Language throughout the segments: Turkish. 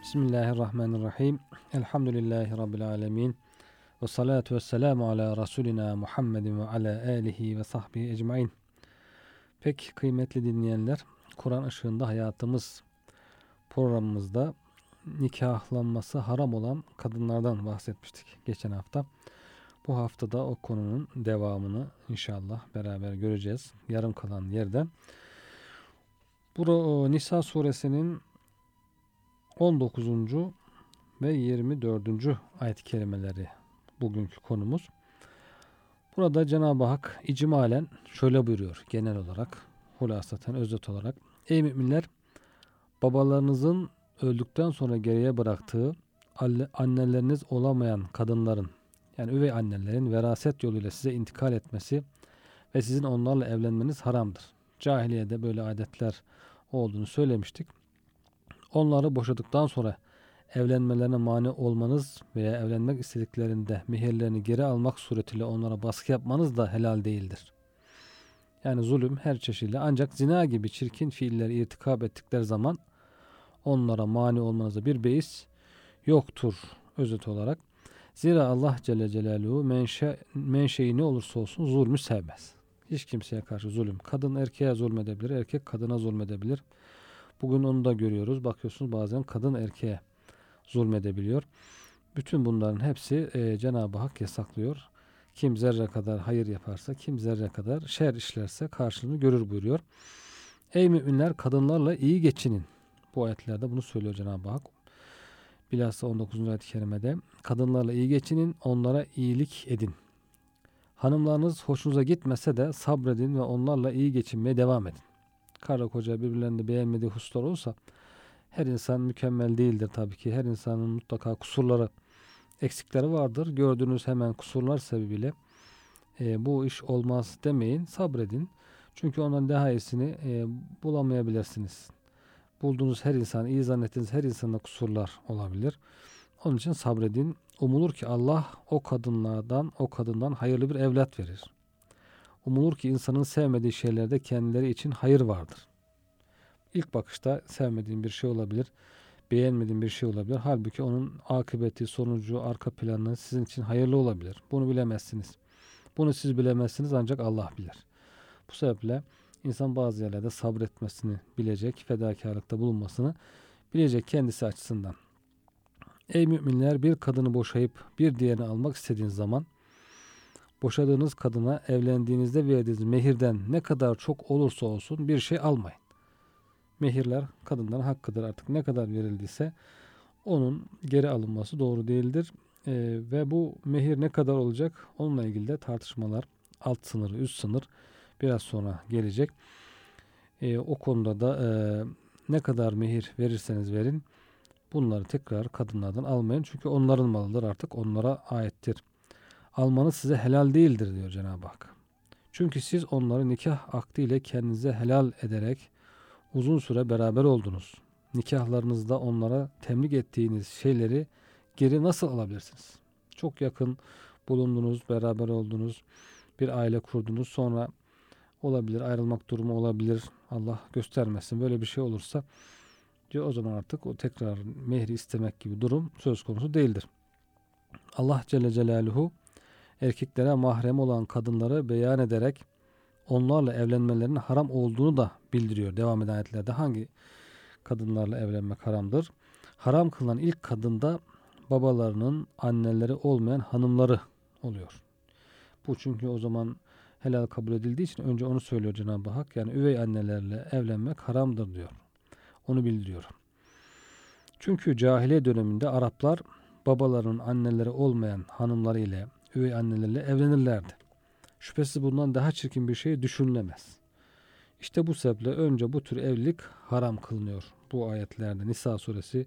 Bismillahirrahmanirrahim. Elhamdülillahi Rabbil alemin. Ve salatu ve selamu ala Resulina Muhammedin ve ala alihi ve sahbihi ecmain. Pek kıymetli dinleyenler, Kur'an ışığında hayatımız programımızda nikahlanması haram olan kadınlardan bahsetmiştik geçen hafta. Bu haftada o konunun devamını inşallah beraber göreceğiz. Yarım kalan yerden. Bu Nisa suresinin 19. ve 24. ayet-i kerimeleri bugünkü konumuz. Burada Cenab-ı Hak icmalen şöyle buyuruyor genel olarak, hulasaten, özet olarak. Ey müminler, babalarınızın öldükten sonra geriye bıraktığı anneleriniz olamayan kadınların, yani üvey annelerin veraset yoluyla size intikal etmesi ve sizin onlarla evlenmeniz haramdır. Cahiliyede böyle adetler olduğunu söylemiştik. Onları boşadıktan sonra evlenmelerine mani olmanız veya evlenmek istediklerinde mehirlerini geri almak suretiyle onlara baskı yapmanız da helal değildir. Yani zulüm her çeşitle, ancak zina gibi çirkin fiilleri irtikab ettikleri zaman onlara mani olmanıza bir beis yoktur özet olarak. Zira Allah Celle Celaluhu menşei ne olursa olsun zulmü sevmez. Hiç kimseye karşı zulüm. Kadın erkeğe zulmedebilir, erkek kadına zulmedebilir. Bugün onu da görüyoruz. Bakıyorsunuz bazen kadın erkeğe zulmedebiliyor. Bütün bunların hepsi Cenab-ı Hak yasaklıyor. Kim zerre kadar hayır yaparsa, kim zerre kadar şer işlerse karşılığını görür buyuruyor. Ey müminler, kadınlarla iyi geçinin. Bu ayetlerde bunu söylüyor Cenab-ı Hak. Bilhassa 19. ayet-i kerimede kadınlarla iyi geçinin, onlara iyilik edin. Hanımlarınız hoşunuza gitmese de sabredin ve onlarla iyi geçinmeye devam edin. Karı koca birbirlerinde beğenmediği hususlar olsa, her insan mükemmel değildir tabii ki. Her insanın mutlaka kusurları, eksikleri vardır. Gördüğünüz hemen kusurlar sebebiyle bu iş olmaz demeyin, sabredin. Çünkü ondan daha iyisini bulamayabilirsiniz. Bulduğunuz her insan, iyi zannettiğiniz her insanda kusurlar olabilir. Onun için sabredin. Umulur ki Allah o kadından hayırlı bir evlat verir. Umulur ki insanın sevmediği şeylerde kendileri için hayır vardır. İlk bakışta sevmediğin bir şey olabilir, beğenmediğin bir şey olabilir. Halbuki onun akıbeti, sonucu, arka planı sizin için hayırlı olabilir. Bunu bilemezsiniz. Bunu siz bilemezsiniz, ancak Allah bilir. Bu sebeple insan bazı yerlerde sabretmesini bilecek, fedakarlıkta bulunmasını bilecek kendisi açısından. Ey müminler, bir kadını boşayıp bir diğerini almak istediğiniz zaman boşadığınız kadına evlendiğinizde verdiğiniz mehirden ne kadar çok olursa olsun bir şey almayın. Mehirler kadınların hakkıdır, artık ne kadar verildiyse onun geri alınması doğru değildir. Ve bu mehir ne kadar olacak, onunla ilgili de tartışmalar, alt sınır, üst sınır biraz sonra gelecek. O konuda da ne kadar mehir verirseniz verin, bunları tekrar kadınlardan almayın. Çünkü onların malıdır, artık onlara aittir. Almanız size helal değildir diyor Cenab-ı Hak. Çünkü siz onları nikah akdi ile kendinize helal ederek uzun süre beraber oldunuz. Nikahlarınızda onlara temlik ettiğiniz şeyleri geri nasıl alabilirsiniz? Çok yakın bulundunuz, beraber oldunuz, bir aile kurdunuz, sonra olabilir, ayrılmak durumu olabilir. Allah göstermesin. Böyle bir şey olursa diyor, o zaman artık o tekrar mehri istemek gibi durum söz konusu değildir. Allah Celle Celaluhu erkeklere mahrem olan kadınları beyan ederek onlarla evlenmelerinin haram olduğunu da bildiriyor. Devam eden ayetlerde hangi kadınlarla evlenmek haramdır? Haram kılınan ilk kadında babalarının anneleri olmayan hanımları oluyor. Bu çünkü o zaman helal kabul edildiği için önce onu söylüyor Cenab-ı Hak. Yani üvey annelerle evlenmek haramdır diyor. Onu bildiriyor. Çünkü cahiliye döneminde Araplar babalarının anneleri olmayan hanımları ile, üvey annelerle evlenirlerdi. Şüphesiz bundan daha çirkin bir şey düşünülemez. İşte bu sebeple önce bu tür evlilik haram kılınıyor. Bu ayetlerde Nisa suresi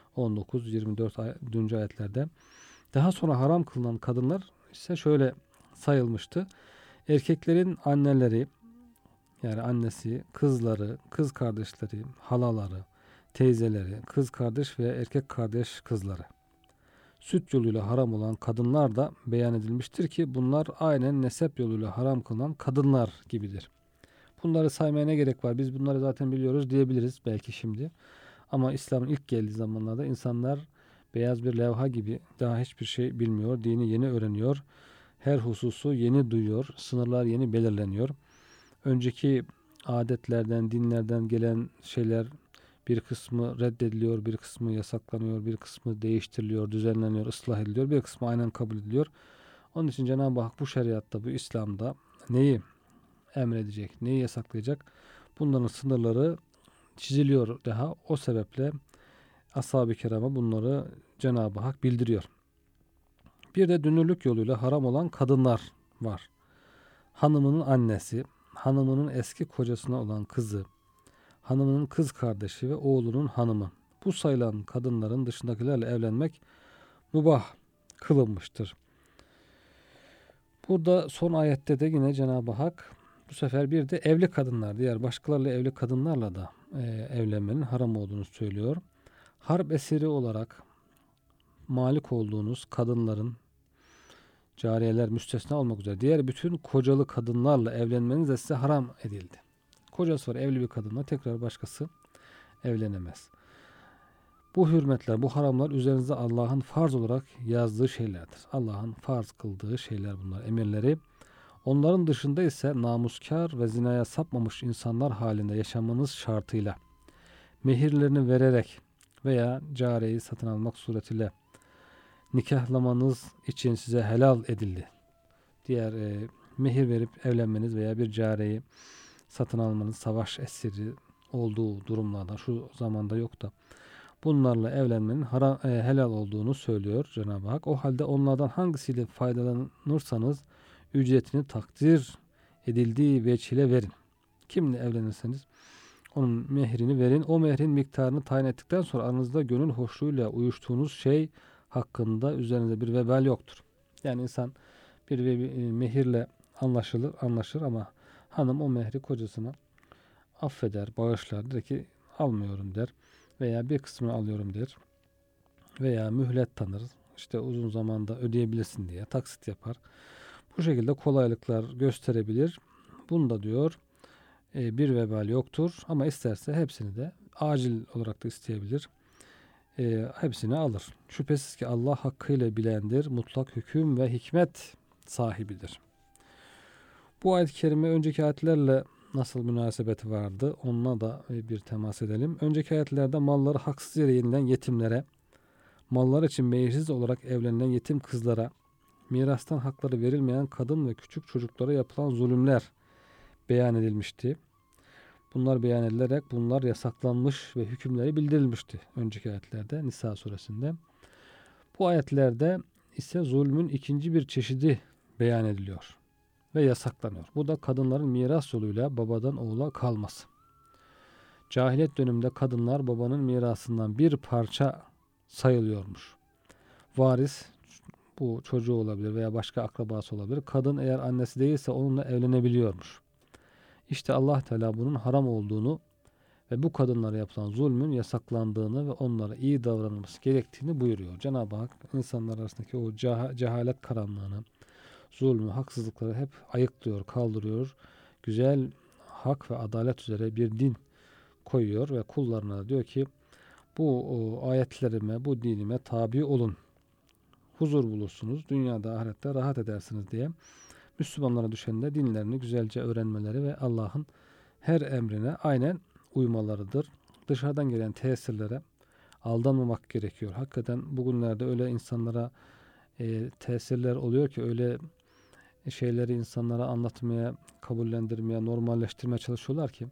19-24. ayetlerde. Daha sonra haram kılınan kadınlar ise şöyle sayılmıştı. Erkeklerin anneleri, yani annesi, kızları, kız kardeşleri, halaları, teyzeleri, kız kardeş ve erkek kardeş kızları. Süt yoluyla haram olan kadınlar da beyan edilmiştir ki bunlar aynen nesep yoluyla haram kılınan kadınlar gibidir. Bunları saymaya ne gerek var? Biz bunları zaten biliyoruz diyebiliriz belki şimdi. Ama İslam'ın ilk geldiği zamanlarda insanlar beyaz bir levha gibi daha hiçbir şey bilmiyor. Dini yeni öğreniyor. Her hususu yeni duyuyor. Sınırlar yeni belirleniyor. Önceki adetlerden, dinlerden gelen şeyler bir kısmı reddediliyor, bir kısmı yasaklanıyor, bir kısmı değiştiriliyor, düzenleniyor, ıslah ediliyor, bir kısmı aynen kabul ediliyor. Onun için Cenab-ı Hak bu şeriatta, bu İslam'da neyi emredecek, neyi yasaklayacak, bunların sınırları çiziliyor daha. O sebeple ashab-ı kirama bunları Cenab-ı Hak bildiriyor. Bir de dünürlük yoluyla haram olan kadınlar var. Hanımının annesi, hanımının eski kocasına olan kızı, hanımının kız kardeşi ve oğlunun hanımı. Bu sayılan kadınların dışındakilerle evlenmek mubah kılınmıştır. Burada son ayette de yine Cenab-ı Hak bu sefer bir de evli kadınlar, diğer başkalarıyla evli kadınlarla da evlenmenin haram olduğunu söylüyor. Harp esiri olarak malik olduğunuz kadınların, cariyeler müstesna olmak üzere diğer bütün kocalı kadınlarla evlenmeniz de size haram edildi. Kocası var evli bir kadınla tekrar başkası evlenemez. Bu hürmetler, bu haramlar üzerinize Allah'ın farz olarak yazdığı şeylerdir. Allah'ın farz kıldığı şeyler bunlar, emirleri. Onların dışında ise namuskar ve zinaya sapmamış insanlar halinde yaşamanız şartıyla mehirlerini vererek veya cariyeyi satın almak suretiyle nikahlamanız için size helal edildi. Diğer mehir verip evlenmeniz veya bir cariyeyi satın almanız savaş esiri olduğu durumlarda şu zamanda yok da bunlarla evlenmenin helal olduğunu söylüyor Cenab-ı Hak. O halde onlardan hangisiyle faydalanırsanız ücretini takdir edildiği veçile verin. Kimle evlenirseniz onun mehrini verin. O mehrin miktarını tayin ettikten sonra aranızda gönül hoşluğuyla uyuştuğunuz şey hakkında üzerinize bir vebal yoktur. Yani insan bir mehirle anlaşır ama hanım o mehri kocasına affeder, bağışlar, der ki almıyorum der veya bir kısmını alıyorum der veya mühlet tanır. İşte uzun zamanda ödeyebilirsin diye taksit yapar. Bu şekilde kolaylıklar gösterebilir. Bunda diyor bir vebal yoktur ama isterse hepsini de acil olarak da isteyebilir. Hepsini alır. Şüphesiz ki Allah hakkıyla bilendir, mutlak hüküm ve hikmet sahibidir. Bu ayet-i kerime önceki ayetlerle nasıl münasebeti vardı? Onunla da bir temas edelim. Önceki ayetlerde malları haksız yere yenilen yetimlere, mallar için meyilsiz olarak evlenilen yetim kızlara, mirastan hakları verilmeyen kadın ve küçük çocuklara yapılan zulümler beyan edilmişti. Bunlar beyan edilerek bunlar yasaklanmış ve hükümleri bildirilmişti önceki ayetlerde Nisa suresinde. Bu ayetlerde ise zulmün ikinci bir çeşidi beyan ediliyor ve yasaklanıyor. Bu da kadınların miras yoluyla babadan oğula kalması. Cahiliyet döneminde kadınlar babanın mirasından bir parça sayılıyormuş. Varis bu çocuğu olabilir veya başka akrabası olabilir. Kadın eğer annesi değilse onunla evlenebiliyormuş. İşte Allah Teala bunun haram olduğunu ve bu kadınlara yapılan zulmün yasaklandığını ve onlara iyi davranılması gerektiğini buyuruyor. Cenab-ı Hak insanlar arasındaki o cehalet karanlığını, zulmü, haksızlıkları hep ayıklıyor, kaldırıyor. Güzel hak ve adalet üzere bir din koyuyor ve kullarına da diyor ki bu ayetlerime, bu dinime tabi olun. Huzur bulursunuz. Dünyada, ahirette rahat edersiniz diye Müslümanlara düşen de dinlerini güzelce öğrenmeleri ve Allah'ın her emrine aynen uymalarıdır. Dışarıdan gelen tesirlere aldanmamak gerekiyor. Hakikaten bugünlerde öyle insanlara tesirler oluyor ki öyle şeyleri insanlara anlatmaya, kabullendirmeye, normalleştirmeye çalışıyorlar ki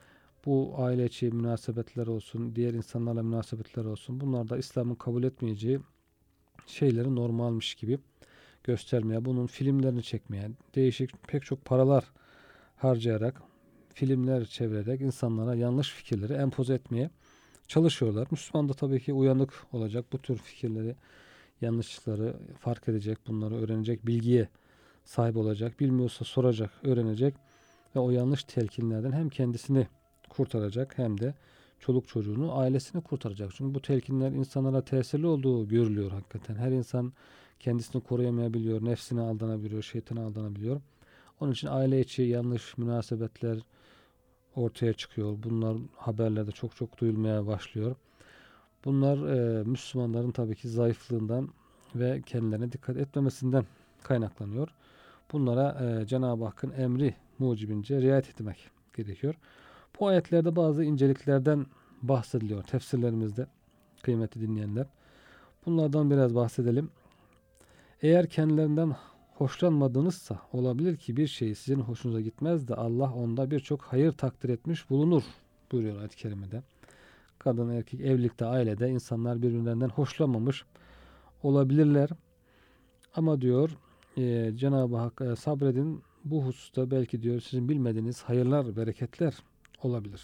bu aile içi münasebetler olsun, diğer insanlarla münasebetler olsun bunlar da İslam'ın kabul etmeyeceği şeyleri normalmiş gibi göstermeye, bunun filmlerini çekmeye, değişik pek çok paralar harcayarak, filmler çevirerek insanlara yanlış fikirleri empoze etmeye çalışıyorlar. Müslüman da tabii ki uyanık olacak. Bu tür fikirleri, yanlışlıkları fark edecek, bunları öğrenecek, bilgiye sahip olacak. Bilmiyorsa soracak, öğrenecek ve o yanlış telkinlerden hem kendisini kurtaracak hem de çoluk çocuğunu, ailesini kurtaracak. Çünkü bu telkinler insanlara tesirli olduğu görülüyor hakikaten. Her insan kendisini koruyamayabiliyor, nefsine aldanabiliyor, şeytana aldanabiliyor. Onun için aile içi yanlış münasebetler ortaya çıkıyor. Bunlar haberlerde çok çok duyulmaya başlıyor. Bunlar Müslümanların tabii ki zayıflığından ve kendilerine dikkat etmemesinden kaynaklanıyor. Bunlara Cenab-ı Hakk'ın emri mucibince riayet etmek gerekiyor. Bu ayetlerde bazı inceliklerden bahsediliyor tefsirlerimizde kıymetli dinleyenler. Bunlardan biraz bahsedelim. Eğer kendilerinden hoşlanmadığınızsa olabilir ki bir şey sizin hoşunuza gitmez de Allah onda birçok hayır takdir etmiş bulunur buyuruyor ayet-i kerimede. Kadın erkek evlilikte ailede insanlar birbirlerinden hoşlanmamış olabilirler. Ama diyor Cenab-ı Hak sabredin bu hususta belki diyor sizin bilmediğiniz hayırlar, bereketler olabilir.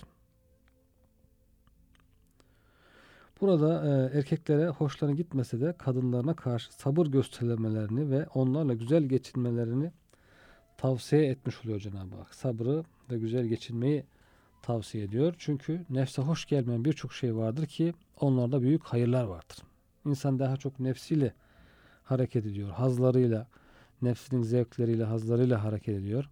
Burada erkeklere hoşlarına gitmese de kadınlarına karşı sabır göstermelerini ve onlarla güzel geçinmelerini tavsiye etmiş oluyor Cenab-ı Hak. Sabrı ve güzel geçinmeyi tavsiye ediyor. Çünkü nefse hoş gelmeyen birçok şey vardır ki onlarda büyük hayırlar vardır. İnsan daha çok nefsiyle hareket ediyor. Hazlarıyla, nefsinin zevkleriyle, hazlarıyla hareket ediyor.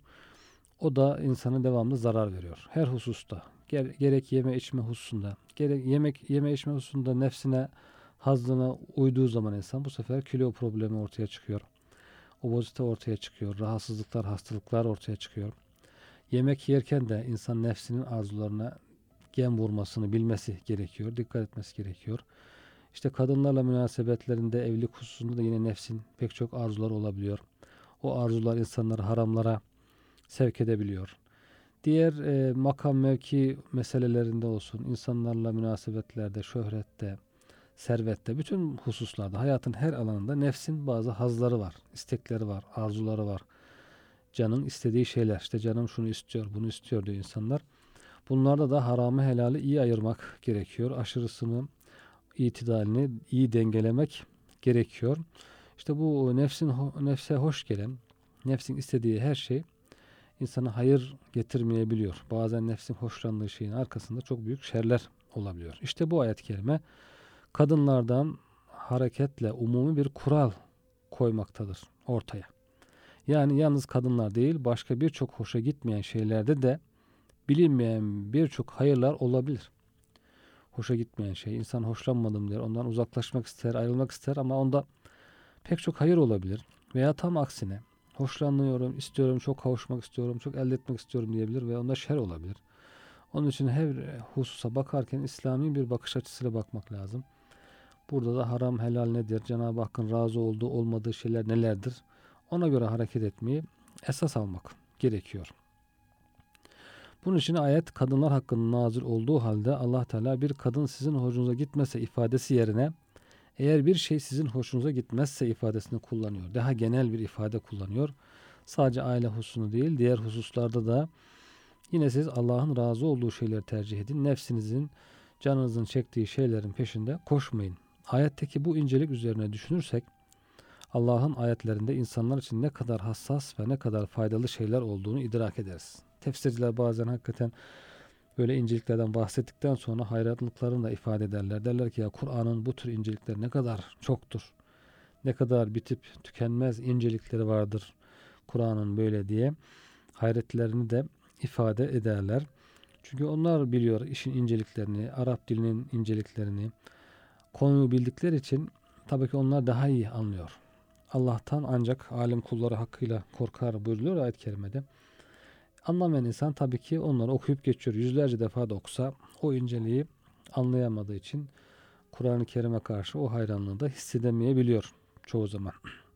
O da insana devamlı zarar veriyor. Her hususta. Gerek yeme içme hususunda, gerek yeme içme hususunda nefsine, hazına uyduğu zaman insan bu sefer kilo problemi ortaya çıkıyor. Obezite ortaya çıkıyor. Rahatsızlıklar, hastalıklar ortaya çıkıyor. Yemek yerken de insan nefsinin arzularına gem vurmasını bilmesi gerekiyor. Dikkat etmesi gerekiyor. İşte kadınlarla münasebetlerinde, evlilik hususunda da yine nefsin pek çok arzular olabiliyor. O arzular insanları haramlara sevk edebiliyor. Diğer makam mevki meselelerinde olsun, insanlarla münasebetlerde, şöhrette, servette, bütün hususlarda, hayatın her alanında nefsin bazı hazları var, istekleri var, arzuları var. Canın istediği şeyler, işte canım şunu istiyor, bunu istiyor diyor insanlar. Bunlarda da haramı helali iyi ayırmak gerekiyor. Aşırısını, itidalini iyi dengelemek gerekiyor. İşte bu nefse hoş gelen, nefsin istediği her şey insana hayır getirmeyebiliyor. Bazen nefsin hoşlandığı şeyin arkasında çok büyük şerler olabiliyor. İşte bu ayet-i kerime kadınlardan hareketle umumi bir kural koymaktadır ortaya. Yani yalnız kadınlar değil, başka birçok hoşa gitmeyen şeylerde de bilinmeyen birçok hayırlar olabilir. Hoşa gitmeyen şey, insan hoşlanmadım der, ondan uzaklaşmak ister, ayrılmak ister ama onda pek çok hayır olabilir. Veya tam aksine hoşlanıyorum, istiyorum, çok kavuşmak istiyorum, çok elde etmek istiyorum diyebilir ve onda şer olabilir. Onun için her hususa bakarken İslami bir bakış açısıyla bakmak lazım. Burada da haram helal nedir? Cenab-ı Hakk'ın razı olduğu olmadığı şeyler nelerdir? Ona göre hareket etmeyi esas almak gerekiyor. Bunun için ayet kadınlar hakkında nazil olduğu halde Allah Teala bir kadın sizin hoşunuza gitmese ifadesi yerine eğer bir şey sizin hoşunuza gitmezse ifadesini kullanıyor. Daha genel bir ifade kullanıyor. Sadece aile hususunu değil diğer hususlarda da yine siz Allah'ın razı olduğu şeyleri tercih edin. Nefsinizin, canınızın çektiği şeylerin peşinde koşmayın. Ayetteki bu incelik üzerine düşünürsek Allah'ın ayetlerinde insanlar için ne kadar hassas ve ne kadar faydalı şeyler olduğunu idrak ederiz. Tefsirciler bazen hakikaten böyle inceliklerden bahsettikten sonra hayranlıklarını da ifade ederler. Derler ki ya Kur'an'ın bu tür incelikleri ne kadar çoktur. Ne kadar bitip tükenmez incelikleri vardır Kur'an'ın böyle diye hayretlerini de ifade ederler. Çünkü onlar biliyor işin inceliklerini, Arap dilinin inceliklerini, konuyu bildikleri için tabii ki onlar daha iyi anlıyor. Allah'tan ancak alim kulları hakkıyla korkar buyuruluyor ayet-i kerimede. Anlamayan insan tabii ki onları okuyup geçiyor. Yüzlerce defa da okusa o inceliği anlayamadığı için Kur'an-ı Kerim'e karşı o hayranlığı da hissedemeyebiliyor çoğu zaman.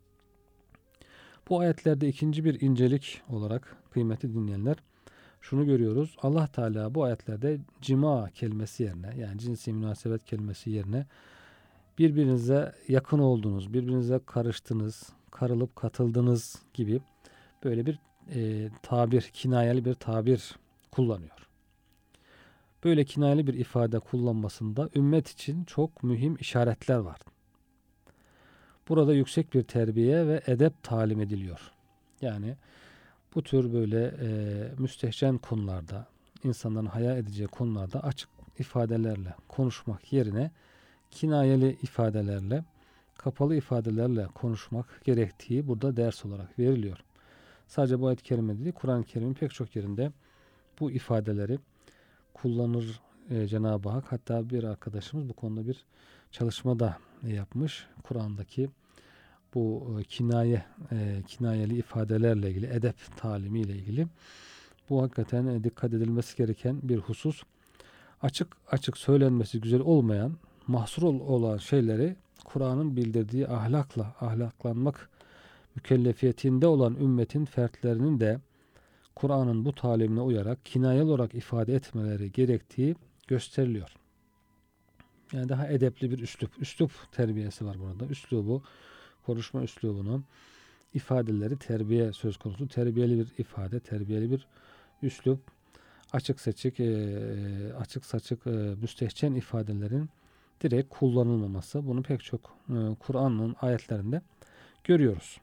Bu ayetlerde ikinci bir incelik olarak kıymetli dinleyenler şunu görüyoruz. Allah Teala bu ayetlerde cima kelimesi yerine yani cinsi münasebet kelimesi yerine birbirinize yakın oldunuz, birbirinize karıştınız, karılıp katıldınız gibi böyle bir tabir, kinayeli bir tabir kullanıyor. Böyle kinayeli bir ifade kullanmasında ümmet için çok mühim işaretler var. Burada yüksek bir terbiye ve edep talim ediliyor. Yani bu tür böyle müstehcen konularda, insanların hayal edeceği konularda açık ifadelerle konuşmak yerine kinayeli ifadelerle, kapalı ifadelerle konuşmak gerektiği burada ders olarak veriliyor. Sadece bu ayet-i kerime değil, Kur'an-ı Kerim'in pek çok yerinde bu ifadeleri kullanır Cenab-ı Hak. Hatta bir arkadaşımız bu konuda bir çalışma da yapmış. Kur'an'daki bu kinayeli ifadelerle ilgili, edep talimiyle ilgili. Bu hakikaten dikkat edilmesi gereken bir husus. Açık açık söylenmesi güzel olmayan, mahsur olan şeyleri Kur'an'ın bildirdiği ahlakla ahlaklanmak mükellefiyetinde olan ümmetin fertlerinin de Kur'an'ın bu talimine uyarak kinayel olarak ifade etmeleri gerektiği gösteriliyor. Yani daha edepli bir üslup terbiyesi var burada. Üslubu, konuşma üslubunu, ifadeleri terbiye söz konusu. Terbiyeli bir ifade, terbiyeli bir üslup, açık saçık müstehcen ifadelerin direkt kullanılmaması. Bunu pek çok Kur'an'ın ayetlerinde görüyoruz.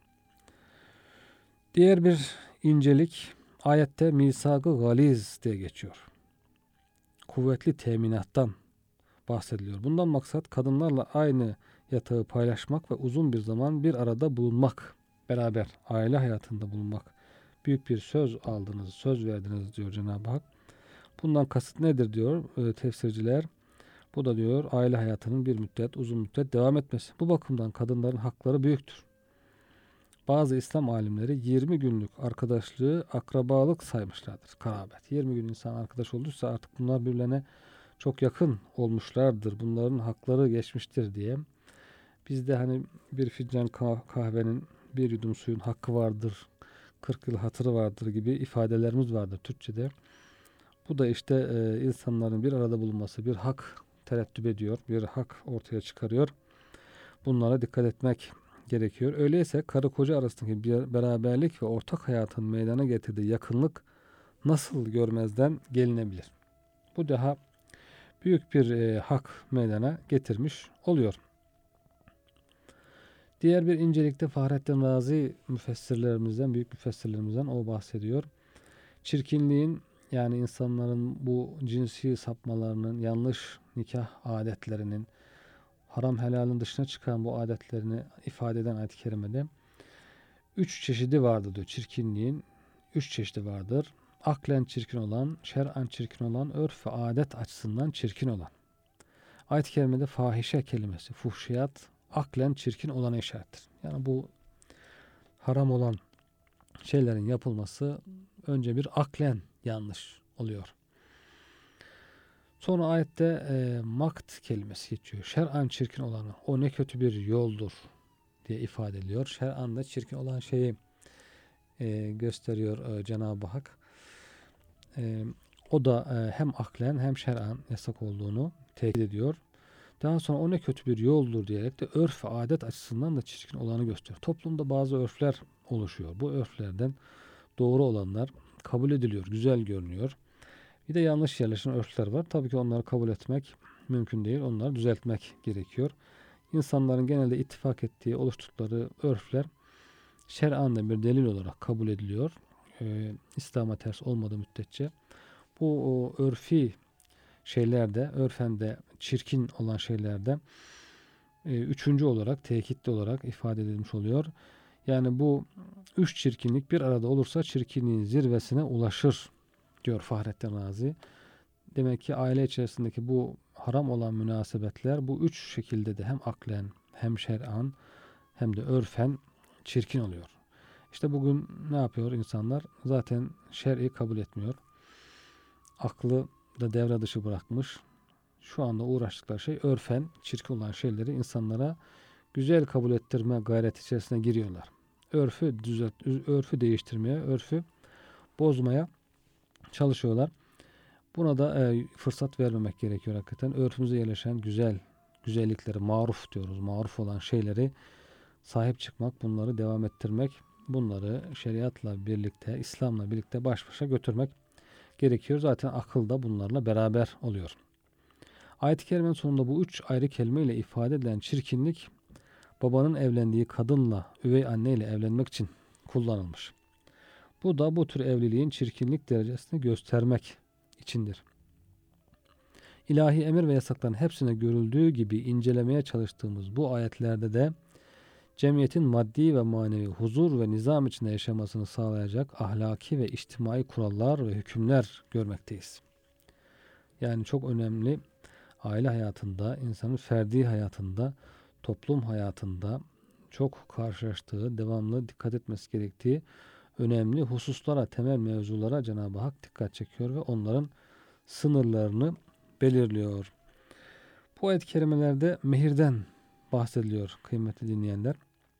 Diğer bir incelik, ayette misak-ı galiz diye geçiyor. Kuvvetli teminattan bahsediliyor. Bundan maksat kadınlarla aynı yatağı paylaşmak ve uzun bir zaman bir arada bulunmak, beraber aile hayatında bulunmak. Büyük bir söz aldınız, söz verdiniz diyor Cenab-ı Hak. Bundan kasıt nedir diyor tefsirciler. Bu da diyor aile hayatının bir müddet, uzun müddet devam etmesi. Bu bakımdan kadınların hakları büyüktür. Bazı İslam alimleri 20 günlük arkadaşlığı akrabalık saymışlardır. Karabet. 20 gün insan arkadaş olduysa artık bunlar birbirlerine çok yakın olmuşlardır. Bunların hakları geçmiştir diye. Bizde hani bir fincan kahvenin bir yudum suyun hakkı vardır, 40 yıl hatırı vardır gibi ifadelerimiz vardır Türkçe'de. Bu da işte insanların bir arada bulunması, bir hak terettüp ediyor, bir hak ortaya çıkarıyor. Bunlara dikkat etmek gerekiyor. Öyleyse karı koca arasındaki bir beraberlik ve ortak hayatın meydana getirdiği yakınlık nasıl görmezden gelinebilir? Bu daha büyük bir hak meydana getirmiş oluyor. Diğer bir incelikte Fahrettin Razi müfessirlerimizden, büyük müfessirlerimizden o bahsediyor. Çirkinliğin, yani insanların bu cinsi sapmalarının, yanlış nikah adetlerinin, haram helalin dışına çıkan bu adetlerini ifade eden ayet-i kerimede 3 çeşidi vardır diyor. Çirkinliğin 3 çeşidi vardır. Aklen çirkin olan, şer'an çirkin olan, örf ve adet açısından çirkin olan. Ayet-i kerimede fahişe kelimesi, fuhşiyat, aklen çirkin olana işarettir. Yani bu haram olan şeylerin yapılması önce bir aklen yanlış oluyor. Sonra ayette makt kelimesi geçiyor. Şer'an çirkin olanı, o ne kötü bir yoldur diye ifade ediliyor. Şer'an çirkin olan şeyi gösteriyor Cenab-ı Hak. O da hem aklen hem şer'an yasak olduğunu tekit ediyor. Daha sonra o ne kötü bir yoldur diyerek de örf ve adet açısından da çirkin olanı gösteriyor. Toplumda bazı örfler oluşuyor. Bu örflerden doğru olanlar kabul ediliyor, güzel görünüyor. Bir de yanlış yerleşen örfler var. Tabii ki onları kabul etmek mümkün değil. Onları düzeltmek gerekiyor. İnsanların genelde ittifak ettiği, oluşturdukları örfler şer'an bir delil olarak kabul ediliyor. İslam'a ters olmadığı müddetçe. Bu örfi şeylerde, örfen de çirkin olan şeylerde üçüncü olarak, tekitli olarak ifade edilmiş oluyor. Yani bu üç çirkinlik bir arada olursa çirkinliğin zirvesine ulaşır diyor Fahrettin Razi. Demek ki aile içerisindeki bu haram olan münasebetler bu üç şekilde de hem aklen hem şer'an hem de örfen çirkin oluyor. İşte bugün ne yapıyor insanlar? Zaten şer'i kabul etmiyor. Aklı da devre dışı bırakmış. Şu anda uğraştıkları şey örfen çirkin olan şeyleri insanlara güzel kabul ettirme gayreti içerisine giriyorlar. Örfü değiştirmeye, örfü bozmaya çalışıyorlar. Buna da fırsat vermemek gerekiyor hakikaten. Örfümüze yerleşen güzellikleri, maruf diyoruz. Maruf olan şeyleri sahip çıkmak, bunları devam ettirmek, bunları şeriatla birlikte, İslam'la birlikte baş başa götürmek gerekiyor. Zaten akıl da bunlarla beraber oluyor. Ayet-i kerimenin sonunda bu üç ayrı kelimeyle ifade edilen çirkinlik, babanın evlendiği kadınla, üvey anneyle evlenmek için kullanılmış. Bu da bu tür evliliğin çirkinlik derecesini göstermek içindir. İlahi emir ve yasakların hepsine görüldüğü gibi incelemeye çalıştığımız bu ayetlerde de cemiyetin maddi ve manevi huzur ve nizam içinde yaşamasını sağlayacak ahlaki ve içtimai kurallar ve hükümler görmekteyiz. Yani çok önemli, aile hayatında, insanın ferdi hayatında, toplum hayatında çok karşılaştığı, devamlı dikkat etmesi gerektiği önemli hususlara, temel mevzulara Cenab-ı Hak dikkat çekiyor ve onların sınırlarını belirliyor. Bu ayet-i kerimelerde mehirden bahsediliyor kıymetli dinleyenler.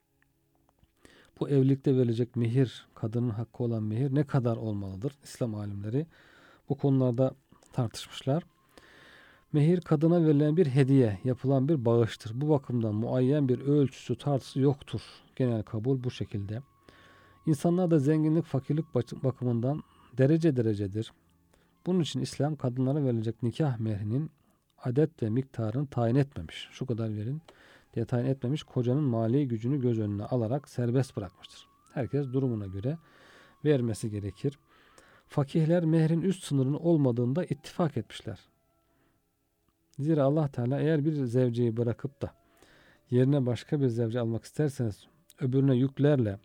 Bu evlilikte verilecek mehir, kadının hakkı olan mehir ne kadar olmalıdır? İslam alimleri bu konularda tartışmışlar. Mehir kadına verilen bir hediye, yapılan bir bağıştır. Bu bakımdan muayyen bir ölçüsü, tartısı yoktur. Genel kabul bu şekilde. İnsanlar da zenginlik, fakirlik bakımından derece derecedir. Bunun için İslam kadınlara verilecek nikah mehrinin adet ve miktarını tayin etmemiş. Şu kadar verin diye tayin etmemiş. Kocanın mali gücünü göz önüne alarak serbest bırakmıştır. Herkes durumuna göre vermesi gerekir. Fakihler mehrin üst sınırının olmadığında ittifak etmişler. Zira Allah Teala eğer bir zevceyi bırakıp da yerine başka bir zevce almak isterseniz öbürüne yüklerle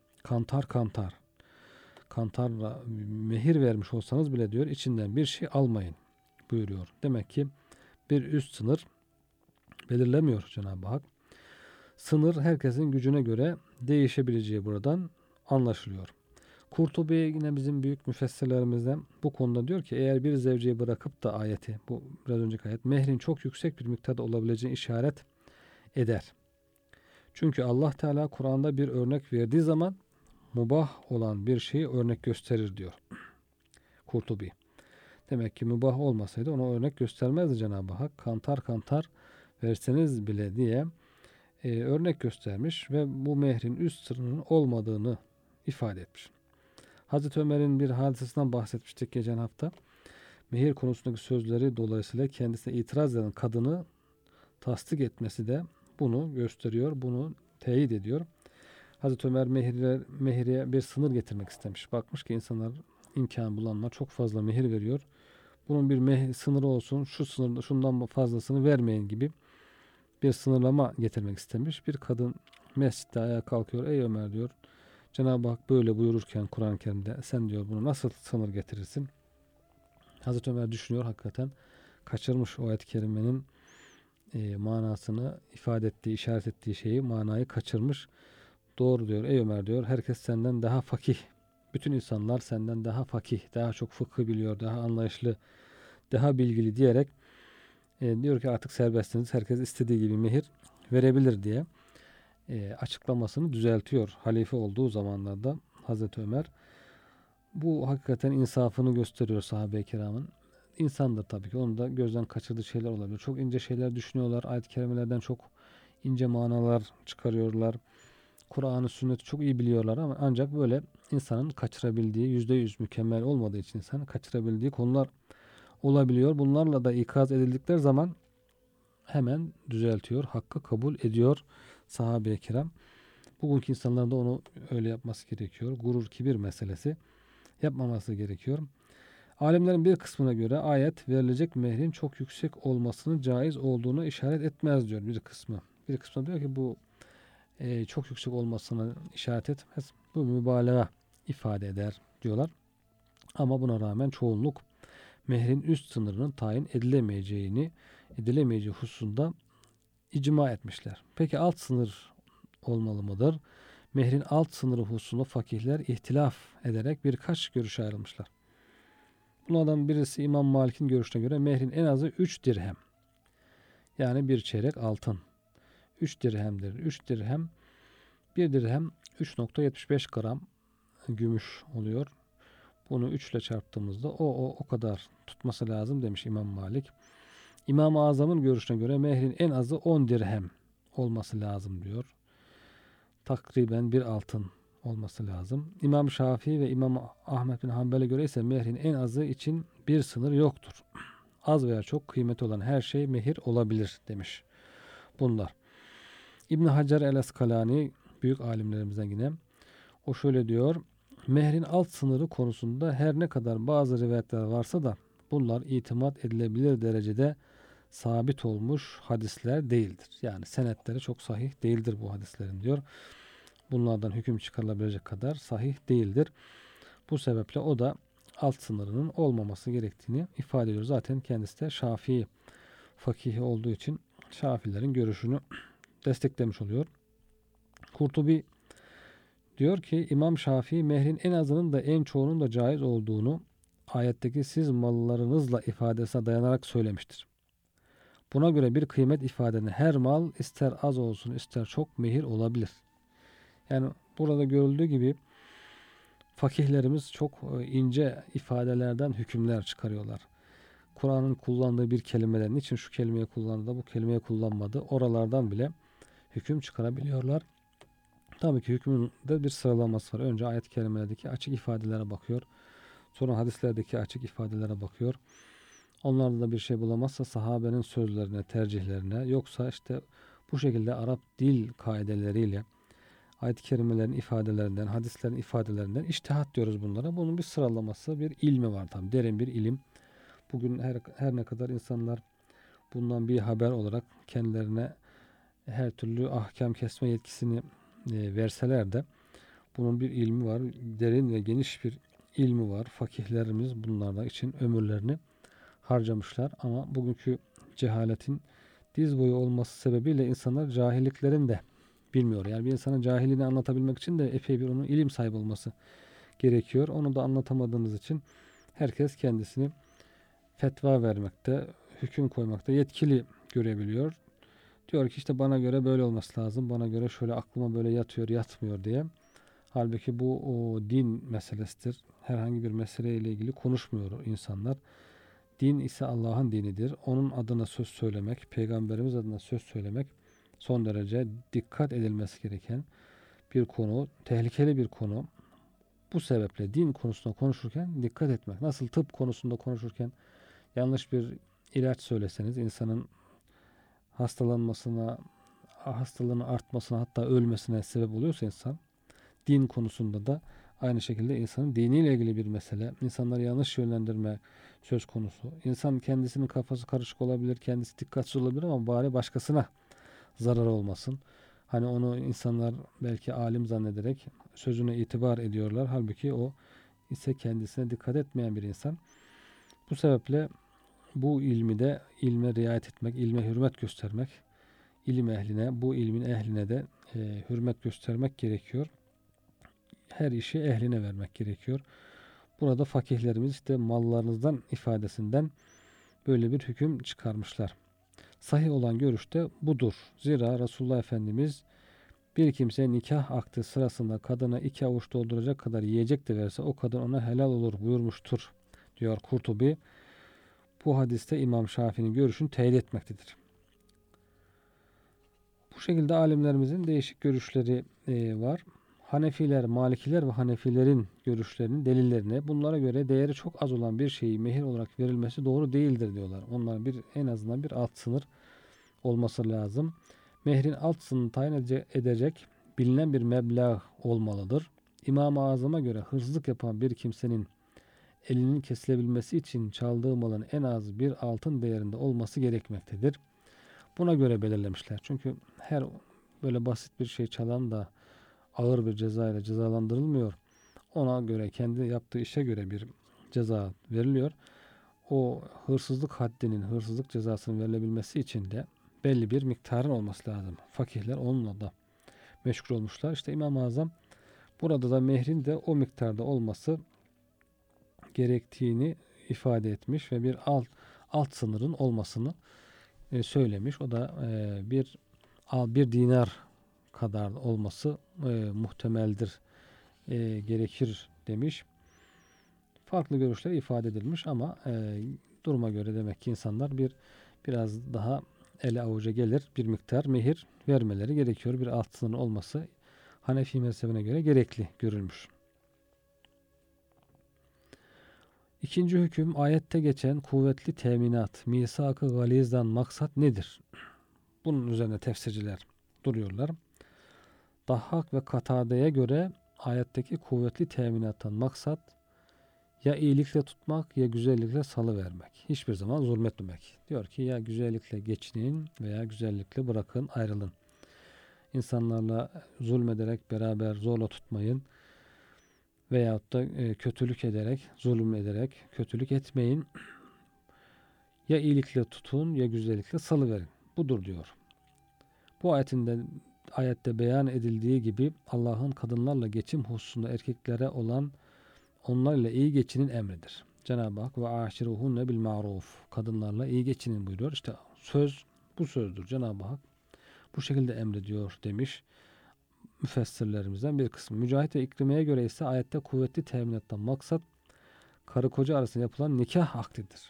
kantarla mehir vermiş olsanız bile diyor içinden bir şey almayın buyuruyor. Demek ki bir üst sınır belirlemiyor Cenab-ı Hak. Sınır herkesin gücüne göre değişebileceği buradan anlaşılıyor. Kurtubi yine bizim büyük müfessirlerimizden bu konuda diyor ki eğer bir zevceyi bırakıp da ayeti, bu biraz önceki ayet, mehrin çok yüksek bir miktarda olabileceğini işaret eder. Çünkü Allah Teala Kur'an'da bir örnek verdiği zaman mubah olan bir şeyi örnek gösterir diyor Kurtubi. Demek ki mübah olmasaydı ona örnek göstermezdi Cenab-ı Hak. Kantar verseniz bile diye örnek göstermiş ve bu mehrin üst sınırının olmadığını ifade etmiş. Hazreti Ömer'in bir hadisesinden bahsetmiştik geçen hafta. Mehir konusundaki sözleri dolayısıyla kendisine itiraz eden kadını tasdik etmesi de bunu gösteriyor, bunu teyit ediyor. Hazreti Ömer mehire bir sınır getirmek istemiş. Bakmış ki insanlar imkan bulanlar çok fazla mehir veriyor. Bunun bir sınırı olsun, şu sınırda şundan fazlasını vermeyin gibi bir sınırlama getirmek istemiş. Bir kadın mescitte ayağa kalkıyor. Ey Ömer diyor. Cenab-ı Hak böyle buyururken Kur'an-ı Kerim'de sen diyor bunu nasıl sınır getirirsin? Hazreti Ömer düşünüyor hakikaten. Kaçırmış o ayet-i kerimenin manasını ifade ettiği, işaret ettiği şeyi, manayı kaçırmış. Doğru diyor. Ey Ömer diyor. Herkes senden daha fakih. Bütün insanlar senden daha fakih, daha çok fıkıh biliyor, daha anlayışlı, daha bilgili diyerek diyor ki artık serbestsiniz. Herkes istediği gibi mehir verebilir diye açıklamasını düzeltiyor. Halife olduğu zamanlarda Hazreti Ömer. Bu hakikaten insafını gösteriyor sahabe-i kiramın. İnsandır tabii ki. Onun da gözden kaçırdığı şeyler olabilir. Çok ince şeyler düşünüyorlar. Ayet-i kerimelerden çok ince manalar çıkarıyorlar. Kur'an'ı, sünneti çok iyi biliyorlar ama ancak böyle insanın kaçırabildiği, %100 mükemmel olmadığı için insanın kaçırabildiği konular olabiliyor. Bunlarla da ikaz edildikleri zaman hemen düzeltiyor, hakkı kabul ediyor sahabe-i kiram. Bugünkü insanların da onu öyle yapması gerekiyor. Gurur, kibir meselesi yapmaması gerekiyor. Alimlerin bir kısmına göre ayet verilecek mehrin çok yüksek olmasının caiz olduğunu işaret etmez diyor bir kısmı. Bir kısmı diyor ki bu çok yüksek olmasını işaret etmez. Bu mübalağa ifade eder diyorlar. Ama buna rağmen çoğunluk mehrin üst sınırının tayin edilemeyeceği hususunda icma etmişler. Peki alt sınır olmalı mıdır? Mehrin alt sınırı hususunda fakihler ihtilaf ederek birkaç görüşe ayrılmışlar. Bunlardan birisi İmam Malik'in görüşüne göre mehrin en azı 3 dirhem. Yani bir çeyrek altın. 3 dirhemdir. 3 dirhem, bir dirhem 3,75 gram gümüş oluyor. Bunu 3 ile çarptığımızda o kadar tutması lazım demiş İmam Malik. İmam-ı Azam'ın görüşüne göre mehrin en azı 10 dirhem olması lazım diyor. Takriben bir altın olması lazım. İmam Şafii ve İmam Ahmet bin Hanbel'e göre ise mehrin en azı için bir sınır yoktur. Az veya çok kıymeti olan her şey mehir olabilir demiş bunlar. İbn Hacer el-Askalani büyük alimlerimizden yine o şöyle diyor. Mehrin alt sınırı konusunda her ne kadar bazı rivayetler varsa da bunlar itimat edilebilir derecede sabit olmuş hadisler değildir. Yani senetleri çok sahih değildir bu hadislerin diyor. Bunlardan hüküm çıkarılabilecek kadar sahih değildir. Bu sebeple o da alt sınırının olmaması gerektiğini ifade ediyor. Zaten kendisi de Şafii fakihi olduğu için Şafilerin görüşünü desteklemiş oluyor. Kurtubi diyor ki İmam Şafii mehrin en azının da en çoğunun da caiz olduğunu ayetteki siz mallarınızla ifadesine dayanarak söylemiştir. Buna göre bir kıymet ifadenin her mal ister az olsun ister çok mehir olabilir. Yani burada görüldüğü gibi fakihlerimiz çok ince ifadelerden hükümler çıkarıyorlar. Kur'an'ın kullandığı bir kelimeden niçin şu kelimeyi kullandı da bu kelimeyi kullanmadı oralardan bile hüküm çıkarabiliyorlar. Tabii ki hükmün de bir sıralaması var. Önce ayet-i kerimelerdeki açık ifadelere bakıyor. Sonra hadislerdeki açık ifadelere bakıyor. Onlarda da bir şey bulamazsa sahabenin sözlerine, tercihlerine, yoksa işte bu şekilde Arap dil kaideleriyle ayet-i kerimelerin ifadelerinden, hadislerin ifadelerinden içtihat diyoruz bunlara. Bunun bir sıralaması, bir ilmi var tam. Derin bir ilim. Bugün her ne kadar insanlar bundan bir haber olarak kendilerine her türlü ahkam kesme yetkisini verseler de bunun bir ilmi var. Derin ve geniş bir ilmi var. Fakihlerimiz bunlarla için ömürlerini harcamışlar. Ama bugünkü cehaletin diz boyu olması sebebiyle insanlar cahilliklerini de bilmiyor. Yani bir insanın cahilliğini anlatabilmek için de epey bir onun ilim sahibi olması gerekiyor. Onu da anlatamadığınız için herkes kendisini fetva vermekte, hüküm koymakta yetkili görebiliyor. Diyor ki işte bana göre böyle olması lazım. Bana göre şöyle aklıma böyle yatıyor, yatmıyor diye. Halbuki bu din meselesidir. Herhangi bir meseleyle ilgili konuşmuyor insanlar. Din ise Allah'ın dinidir. Onun adına söz söylemek, Peygamberimiz adına söz söylemek son derece dikkat edilmesi gereken bir konu, tehlikeli bir konu. Bu sebeple din konusunda konuşurken dikkat etmek. Nasıl tıp konusunda konuşurken yanlış bir ilaç söyleseniz insanın hastalanmasına, hastalığın artmasına hatta ölmesine sebep oluyorsa insan, din konusunda da aynı şekilde insanın diniyle ilgili bir mesele, insanları yanlış yönlendirme söz konusu. İnsan kendisinin kafası karışık olabilir, kendisi dikkatsiz olabilir ama bari başkasına zarar olmasın. Hani onu insanlar belki alim zannederek sözüne itibar ediyorlar. Halbuki o ise kendisine dikkat etmeyen bir insan. Bu sebeple bu ilmi de ilme riayet etmek, ilme hürmet göstermek, ilim ehline, bu ilmin ehline de hürmet göstermek gerekiyor. Her işi ehline vermek gerekiyor. Burada fakihlerimiz işte mallarınızdan ifadesinden böyle bir hüküm çıkarmışlar. Sahih olan görüş de budur. Zira Resulullah Efendimiz bir kimse nikah akdi sırasında kadına 2 avuç dolduracak kadar yiyecek de verse o kadın ona helal olur buyurmuştur diyor Kurtubi. Bu hadiste İmam Şafii'nin görüşünü teyit etmektedir. Bu şekilde alimlerimizin değişik görüşleri var. Hanefiler, Malikiler ve Hanefilerin görüşlerinin delillerine bunlara göre değeri çok az olan bir şeyi mehir olarak verilmesi doğru değildir diyorlar. Onların en azından bir alt sınır olması lazım. Mehrin alt sınırını tayin edecek bilinen bir meblağ olmalıdır. İmam-ı Azam'a göre hırsızlık yapan bir kimsenin elinin kesilebilmesi için çaldığı malın en az bir altın değerinde olması gerekmektedir. Buna göre belirlemişler. Çünkü her böyle basit bir şey çalan da ağır bir ceza ile cezalandırılmıyor. Ona göre kendi yaptığı işe göre bir ceza veriliyor. O hırsızlık haddinin, hırsızlık cezasının verilebilmesi için de belli bir miktarın olması lazım. Fakihler onunla da meşgul olmuşlar. İşte İmam-ı Azam burada da mehrin de o miktarda olması gerektiğini ifade etmiş ve bir alt sınırın olmasını söylemiş. O da bir dinar kadar olması muhtemeldir, gerekir demiş. Farklı görüşler ifade edilmiş ama duruma göre demek ki insanlar biraz daha ele avuca gelir bir miktar mehir vermeleri gerekiyor. Bir alt sınır olması Hanefi mezhebine göre gerekli görülmüş. İkinci hüküm ayette geçen kuvvetli teminat, misak-ı galizdan maksat nedir? Bunun üzerine tefsirciler duruyorlar. Dahhak ve Katade'ye göre ayetteki kuvvetli teminattan maksat ya iyilikle tutmak ya güzellikle salıvermek. Hiçbir zaman zulmetmemek. Diyor ki ya güzellikle geçinin veya güzellikle bırakın, ayrılın. İnsanlarla zulmederek beraber zorla tutmayın veyahut da kötülük ederek, zulüm ederek kötülük etmeyin. Ya iyilikle tutun ya güzellikle salıverin. Budur diyor. Bu ayette beyan edildiği gibi Allah'ın kadınlarla geçim hususunda erkeklere olan onlarla iyi geçinin emridir. Cenab-ı Hak ve aşiruhunne bil ma'ruf. Kadınlarla iyi geçinin buyuruyor. İşte söz bu sözdür. Cenab-ı Hak bu şekilde emrediyor demiş müfessirlerimizden bir kısmı. Mücahit ve İkrime'ye göre ise ayette kuvvetli teminattan maksat karı koca arasında yapılan nikah akdidir.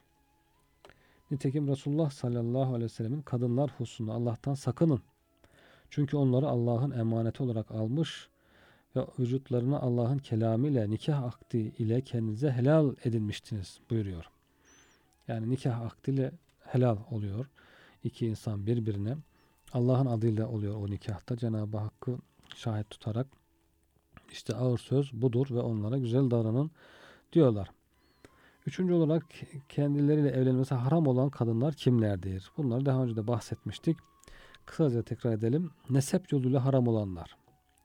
Nitekim Resulullah sallallahu aleyhi ve sellemin kadınlar hususunda Allah'tan sakının. Çünkü onları Allah'ın emaneti olarak almış ve vücutlarını Allah'ın kelamı ile nikah akdi ile kendinize helal edinmiştiniz buyuruyor. Yani nikah akdiyle helal oluyor. İki insan birbirine Allah'ın adıyla oluyor o nikahta. Cenab-ı Hakk'ı şahit tutarak işte ağır söz budur ve onlara güzel davranın diyorlar. Üçüncü olarak kendileriyle evlenmesi haram olan kadınlar kimlerdir? Bunları daha önce de bahsetmiştik. Kısaca tekrar edelim. Nesep yoluyla haram olanlar.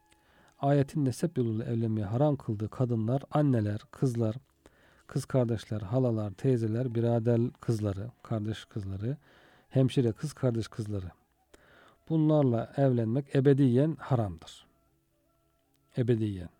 Ayetin nesep yoluyla evlenmeyi haram kıldığı kadınlar anneler, kızlar, kız kardeşler, halalar, teyzeler, birader kızları, kardeş kızları, hemşire kız kardeş kızları. Bunlarla evlenmek ebediyen haramdır. Ebediyen.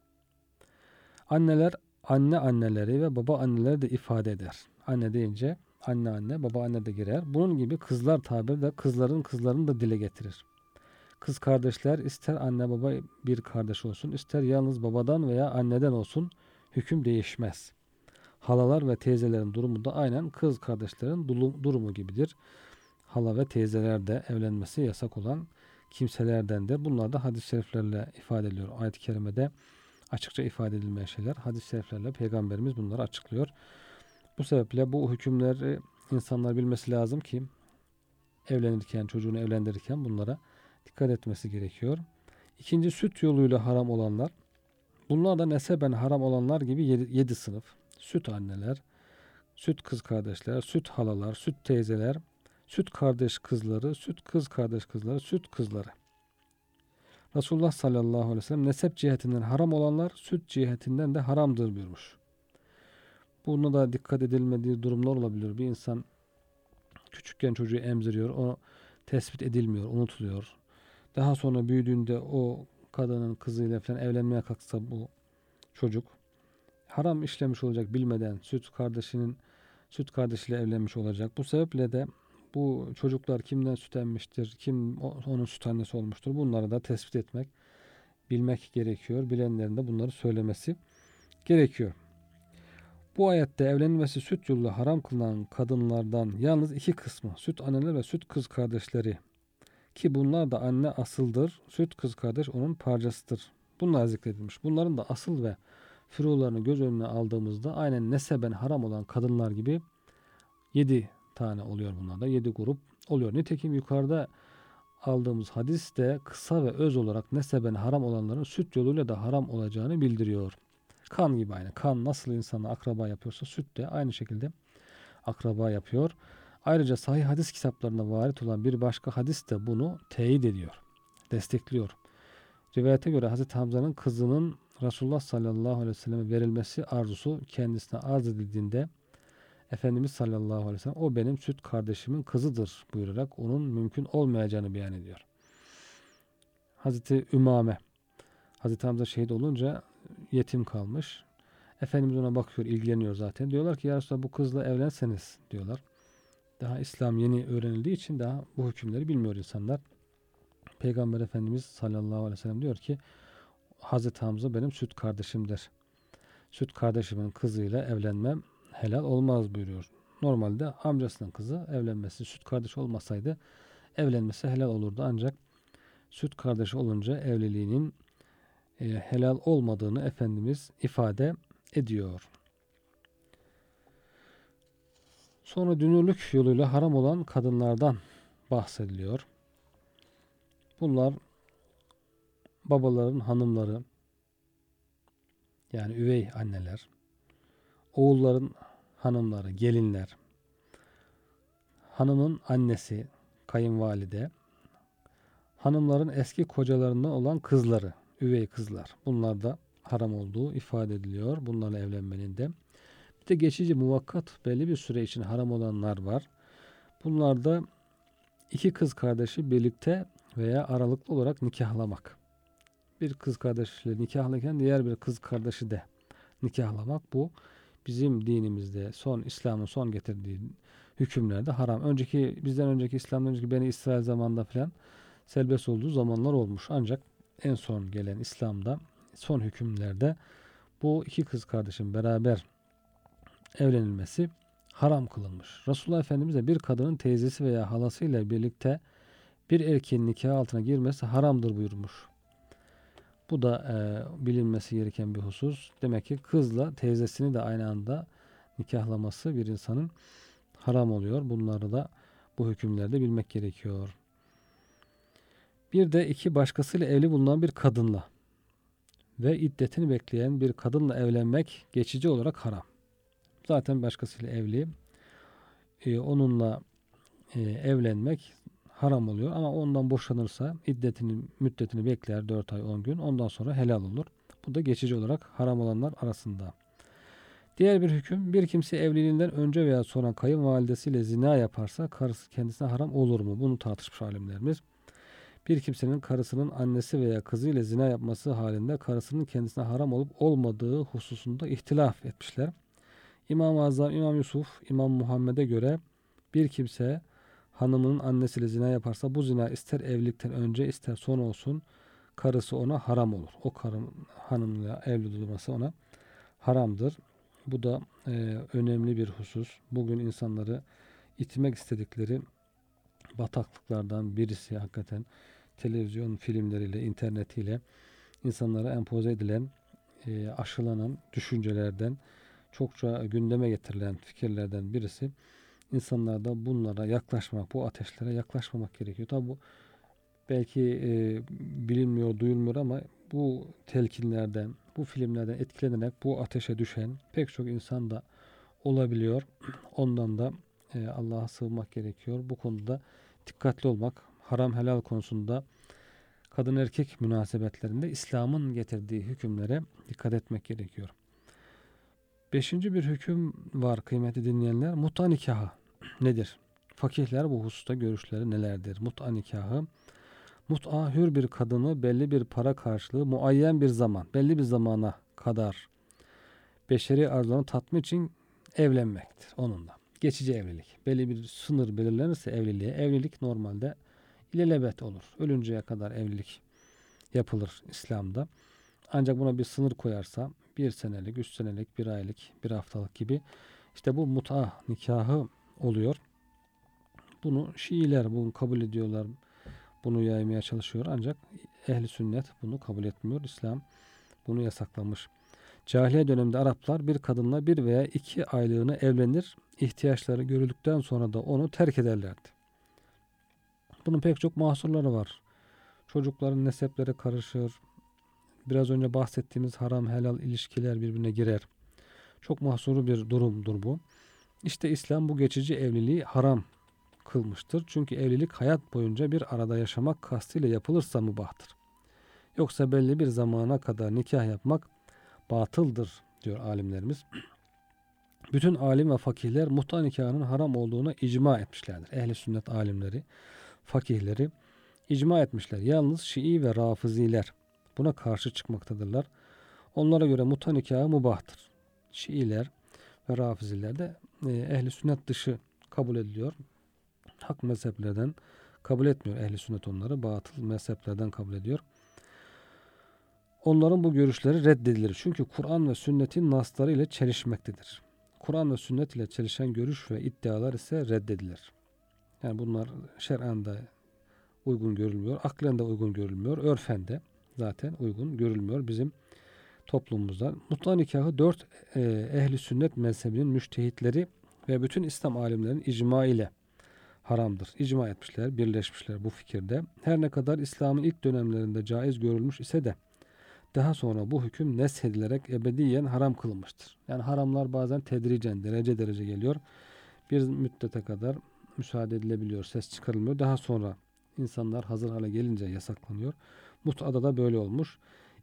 Anneler anne anneleri ve baba anneleri de ifade eder. Anne deyince anne anne, baba anne de girer. Bunun gibi kızlar tabiri de kızların da dile getirir. Kız kardeşler ister anne baba bir kardeş olsun, ister yalnız babadan veya anneden olsun hüküm değişmez. Halalar ve teyzelerin durumu da aynen kız kardeşlerin durumu gibidir. Hala ve teyzeler de evlenmesi yasak olan kimselerdendir. Bunlar da hadis-i şeriflerle ifade ediliyor. Ayet-i kerimede açıkça ifade edilmeyen şeyler. Hadis-i şeriflerle Peygamberimiz bunları açıklıyor. Bu sebeple bu hükümleri insanlar bilmesi lazım ki evlenirken, çocuğunu evlendirirken bunlara dikkat etmesi gerekiyor. İkinci, süt yoluyla haram olanlar. Bunlar da neseben haram olanlar gibi 7 sınıf. Süt anneler, süt kız kardeşler, süt halalar, süt teyzeler, süt kardeş kızları, süt kız kardeş kızları, süt kızları. Resulullah sallallahu aleyhi ve sellem nesep cihetinden haram olanlar süt cihetinden de haramdır buyurmuş. Buna da dikkat edilmediği durumlar olabilir. Bir insan küçükken çocuğu emziriyor, o tespit edilmiyor, unutuluyor. Daha sonra büyüdüğünde o kadının kızıyla falan evlenmeye kalksa bu çocuk haram işlemiş olacak bilmeden süt kardeşiyle evlenmiş olacak. Bu sebeple de bu çocuklar kimden süt emmiştir, kim onun süt annesi olmuştur bunları da tespit etmek, bilmek gerekiyor. Bilenlerin de bunları söylemesi gerekiyor. Bu ayette evlenmesi süt yoluyla haram kılınan kadınlardan yalnız 2 kısmı süt anneler ve süt kız kardeşleri ki bunlar da anne asıldır, süt kız kardeş onun parçasıdır. Bunlar zikredilmiş. Bunların da asıl ve furularını göz önüne aldığımızda aynen neseben haram olan kadınlar gibi 7 tane oluyor bunlarda. 7 grup oluyor. Nitekim yukarıda aldığımız hadis de kısa ve öz olarak neseben haram olanların süt yoluyla da haram olacağını bildiriyor. Kan gibi aynı. Kan nasıl insana akraba yapıyorsa süt de aynı şekilde akraba yapıyor. Ayrıca sahih hadis kitaplarında varit olan bir başka hadis de bunu teyit ediyor. Destekliyor. Rivayete göre Hazreti Hamza'nın kızının Resulullah sallallahu aleyhi ve selleme verilmesi arzusu kendisine arz edildiğinde Efendimiz sallallahu aleyhi ve sellem o benim süt kardeşimin kızıdır buyurarak onun mümkün olmayacağını beyan ediyor. Hazreti Ümame Hazreti Hamza şehit olunca yetim kalmış. Efendimiz ona bakıyor, ilgileniyor zaten. Diyorlar ki ya Resulallah bu kızla evlenseniz diyorlar. Daha İslam yeni öğrenildiği için daha bu hükümleri bilmiyor insanlar. Peygamber Efendimiz sallallahu aleyhi ve sellem diyor ki Hazreti Hamza benim süt kardeşimdir. Süt kardeşimin kızıyla evlenmem helal olmaz buyuruyor. Normalde amcasının kızı evlenmesi süt kardeşi olmasaydı evlenmesi helal olurdu. Ancak süt kardeşi olunca evliliğinin helal olmadığını Efendimiz ifade ediyor. Sonra dünürlük yoluyla haram olan kadınlardan bahsediliyor. Bunlar babaların hanımları yani üvey anneler, oğulların hanımları, gelinler, hanımın annesi, kayınvalide, hanımların eski kocalarından olan kızları, üvey kızlar. Bunlar da haram olduğu ifade ediliyor. Bunlarla evlenmenin de. Bir de geçici, muvakkat, belli bir süre için haram olanlar var. Bunlar da iki kız kardeşi birlikte veya aralıklı olarak nikahlamak. Bir kız kardeşiyle nikahlıken diğer bir kız kardeşi de nikahlamak, bu bizim dinimizde İslam'ın son getirdiği hükümlerde haram. Bizden önceki İslam'dan önceki Beni İsrail zamanında filan serbest olduğu zamanlar olmuş. Ancak en son gelen İslam'da son hükümlerde bu iki kız kardeşin beraber evlenilmesi haram kılınmış. Resulullah Efendimiz de bir kadının teyzesi veya halasıyla birlikte bir erkeğin nikah altına girmesi haramdır buyurmuş. Bu da bilinmesi gereken bir husus. Demek ki kızla teyzesini de aynı anda nikahlaması bir insanın haram oluyor. Bunları da bu hükümlerde bilmek gerekiyor. Bir de iki başkasıyla evli bulunan bir kadınla ve iddetini bekleyen bir kadınla evlenmek geçici olarak haram. Zaten başkasıyla evli. Onunla evlenmek haram oluyor ama ondan boşanırsa müddetini bekler 4 ay 10 gün, ondan sonra helal olur. Bu da geçici olarak haram olanlar arasında. Diğer bir hüküm, bir kimse evliliğinden önce veya sonra kayınvalidesiyle zina yaparsa karısı kendisine haram olur mu? Bunu tartışmış alimlerimiz. Bir kimsenin karısının annesi veya kızıyla zina yapması halinde karısının kendisine haram olup olmadığı hususunda ihtilaf etmişler. İmam-ı Azam, İmam Yusuf, İmam Muhammed'e göre bir kimse hanımının annesiyle zina yaparsa bu zina ister evlilikten önce ister sonra olsun karısı ona haram olur. O hanımla evli olması ona haramdır. Bu da önemli bir husus. Bugün insanları itmek istedikleri bataklıklardan birisi hakikaten televizyon filmleriyle, internetiyle insanlara empoze edilen, aşılanan düşüncelerden, çokça gündeme getirilen fikirlerden birisi. İnsanlarda bunlara yaklaşmak, bu ateşlere yaklaşmamak gerekiyor. Tabi bu belki bilinmiyor, duyulmuyor ama bu telkinlerden, bu filmlerden etkilenerek bu ateşe düşen pek çok insan da olabiliyor. Ondan da Allah'a sığınmak gerekiyor. Bu konuda dikkatli olmak, haram helal konusunda kadın erkek münasebetlerinde İslam'ın getirdiği hükümlere dikkat etmek gerekiyor. Beşinci bir hüküm var kıymetli dinleyenler. Mut'a nikahı nedir? Fakihler bu hususta görüşleri nelerdir? Mut'a nikahı. Mut'a hür bir kadını belli bir para karşılığı muayyen bir zaman, belli bir zamana kadar beşeri arzularını tatmin için evlenmektir onunla. Geçici evlilik. Belli bir sınır belirlenirse evliliğe, evlilik normalde ilelebet olur. Ölünceye kadar evlilik yapılır İslam'da. Ancak buna bir sınır koyarsa 1 senelik, 3 senelik, 1 aylık, 1 haftalık gibi işte bu mut'a nikahı oluyor. Bunu Şiiler bunu kabul ediyorlar. Bunu yaymaya çalışıyor ancak ehli sünnet bunu kabul etmiyor. İslam bunu yasaklamış. Cahiliye döneminde Araplar bir kadınla 1 veya 2 aylığına evlenir. İhtiyaçları görüldükten sonra da onu terk ederlerdi. Bunun pek çok mahsurları var. Çocukların nesepleri karışır. Biraz önce bahsettiğimiz haram helal ilişkiler birbirine girer. Çok mahsuru bir durumdur bu. İşte İslam bu geçici evliliği haram kılmıştır. Çünkü evlilik hayat boyunca bir arada yaşamak kastıyla yapılırsa mübahtır. Yoksa belli bir zamana kadar nikah yapmak batıldır diyor alimlerimiz. Bütün alim ve fakihler mut'a nikahının haram olduğuna icma etmişlerdir. Ehli sünnet alimleri, fakihleri icma etmişler. Yalnız Şii ve Rafiziler buna karşı çıkmaktadırlar. Onlara göre mut'a nikahı mubahtır. Şiiler ve Rafiziler de ehli sünnet dışı kabul ediliyor. Hak mezheplerden kabul etmiyor ehli sünnet onları. Batıl mezheplerden kabul ediyor. Onların bu görüşleri reddedilir. Çünkü Kur'an ve sünnetin nasları ile çelişmektedir. Kur'an ve sünnet ile çelişen görüş ve iddialar ise reddedilir. Yani bunlar şer'an da uygun görülmüyor. Aklen de uygun görülmüyor. Örfen de zaten uygun görülmüyor bizim toplumumuzda. Mut'a nikahı 4 ehli sünnet mezhebinin müştehitleri ve bütün İslam alimlerinin icma ile haramdır. İcma etmişler, birleşmişler bu fikirde. Her ne kadar İslam'ın ilk dönemlerinde caiz görülmüş ise de daha sonra bu hüküm neshedilerek ebediyen haram kılınmıştır. Yani haramlar bazen tedricen, derece derece geliyor. Bir müddete kadar müsaade edilebiliyor, ses çıkarılmıyor. Daha sonra insanlar hazır hale gelince yasaklanıyor. Mut'ada da böyle olmuş.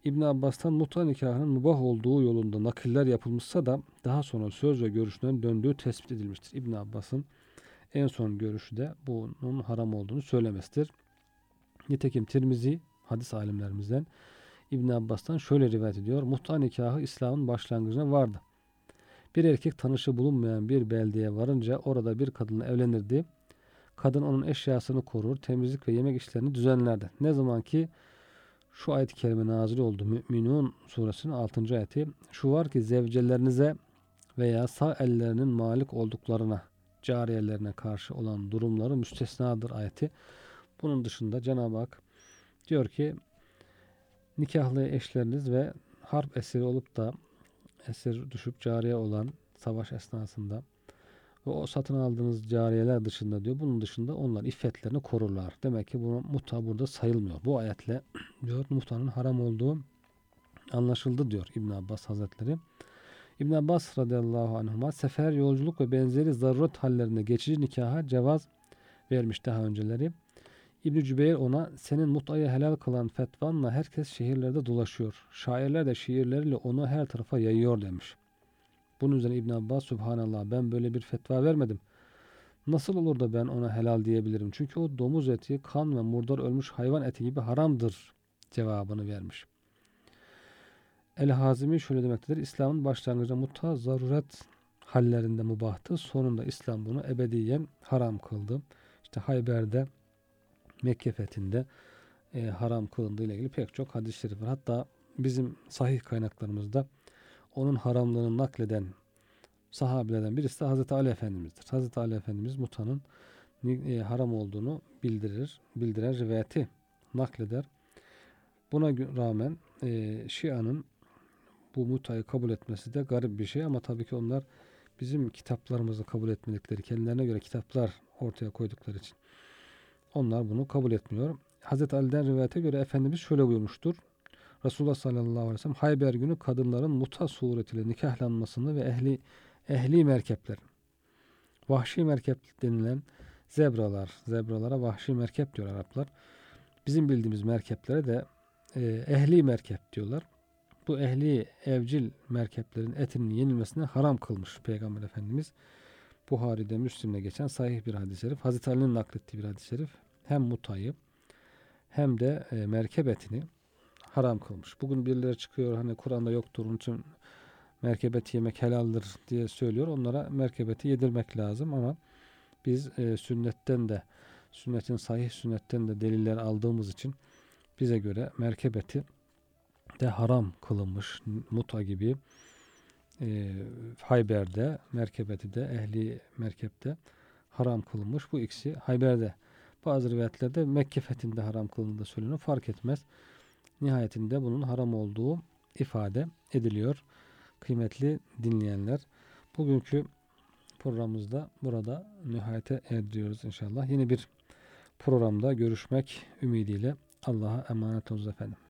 İbn Abbas'tan muta nikahının mubah olduğu yolunda nakiller yapılmışsa da daha sonra söz ve görüşlerin döndüğü tespit edilmiştir. İbn Abbas'ın en son görüşü de bunun haram olduğunu söylemesidir. Nitekim Tirmizi hadis alimlerimizden İbn Abbas'tan şöyle rivayet ediyor. Muta nikahı İslam'ın başlangıcına vardı. Bir erkek tanışı bulunmayan bir beldeye varınca orada bir kadınla evlenirdi. Kadın onun eşyasını korur, temizlik ve yemek işlerini düzenlerdi. Ne zaman ki şu ayet-i kerime nazil oldu. Mü'minun suresinin 6. ayeti. Şu var ki zevcelerinize veya sağ ellerinin malik olduklarına, cariyelerine karşı olan durumları müstesnadır ayeti. Bunun dışında Cenab-ı Hak diyor ki nikahlı eşleriniz ve harp esiri olup da esir düşüp cariye olan savaş esnasında ve o satın aldığınız cariyeler dışında diyor. Bunun dışında onlar iffetlerini korurlar. Demek ki bu muta burada sayılmıyor. Bu ayetle diyor mutanın haram olduğu anlaşıldı diyor İbn Abbas Hazretleri. İbn Abbas radıyallahu anhuma sefer, yolculuk ve benzeri zaruret hallerinde geçici nikaha cevaz vermiş daha önceleri. İbn Cübeyr ona senin mutayı helal kılan fetvanla herkes şehirlerde dolaşıyor. Şairler de şiirleriyle onu her tarafa yayıyor demiş. Bunun üzerine İbn Abbas Subhanallah ben böyle bir fetva vermedim. Nasıl olur da ben ona helal diyebilirim? Çünkü o domuz eti, kan ve murdar ölmüş hayvan eti gibi haramdır cevabını vermiş. El-Hazimi şöyle demektedir. İslam'ın başlangıcında muta zaruret hallerinde mubahtı. Sonunda İslam bunu ebediyen haram kıldı. İşte Hayber'de, Mekke fethinde haram kılındığı ile ilgili pek çok hadis-i şerif var. Hatta bizim sahih kaynaklarımızda onun haramlığını nakleden sahabelerden birisi de Hazreti Ali Efendimiz'dir. Hazreti Ali Efendimiz mutanın haram olduğunu bildiren rivayeti nakleder. Buna rağmen Şia'nın bu mutayı kabul etmesi de garip bir şey ama tabii ki onlar bizim kitaplarımızı kabul etmedikleri, kendilerine göre kitaplar ortaya koydukları için onlar bunu kabul etmiyor. Hazreti Ali'den rivayete göre Efendimiz şöyle buyurmuştur. Resulullah sallallahu aleyhi ve sellem Hayber günü kadınların muta suretiyle nikahlanmasını ve ehli merkepler, vahşi merkep denilen zebralara vahşi merkep diyor Araplar. Bizim bildiğimiz merkeplere de ehli merkep diyorlar. Bu ehli evcil merkeplerin etinin yenilmesine haram kılmış Peygamber Efendimiz. Buhari'de, Müslim'de geçen sahih bir hadis-i şerif. Hazreti Ali'nin naklettiği bir hadis-i şerif. Hem mutayı hem de merkep etini haram kılmış. Bugün birileri çıkıyor hani Kur'an'da yoktur onun için merkebet yemek helaldir diye söylüyor. Onlara merkebeti yedirmek lazım ama biz sahih sünnetten de deliller aldığımız için bize göre merkebeti de haram kılınmış. Muta gibi Hayber'de merkebeti de ehli merkepte haram kılınmış. Bu ikisi Hayber'de. Bazı rivayetlerde Mekke fethinde haram kılındığı söyleniyor. Fark etmez. Nihayetinde bunun haram olduğu ifade ediliyor. Kıymetli dinleyenler, bugünkü programımızda burada nihayete erdiriyoruz inşallah. Yeni bir programda görüşmek ümidiyle Allah'a emanet olunuz efendim.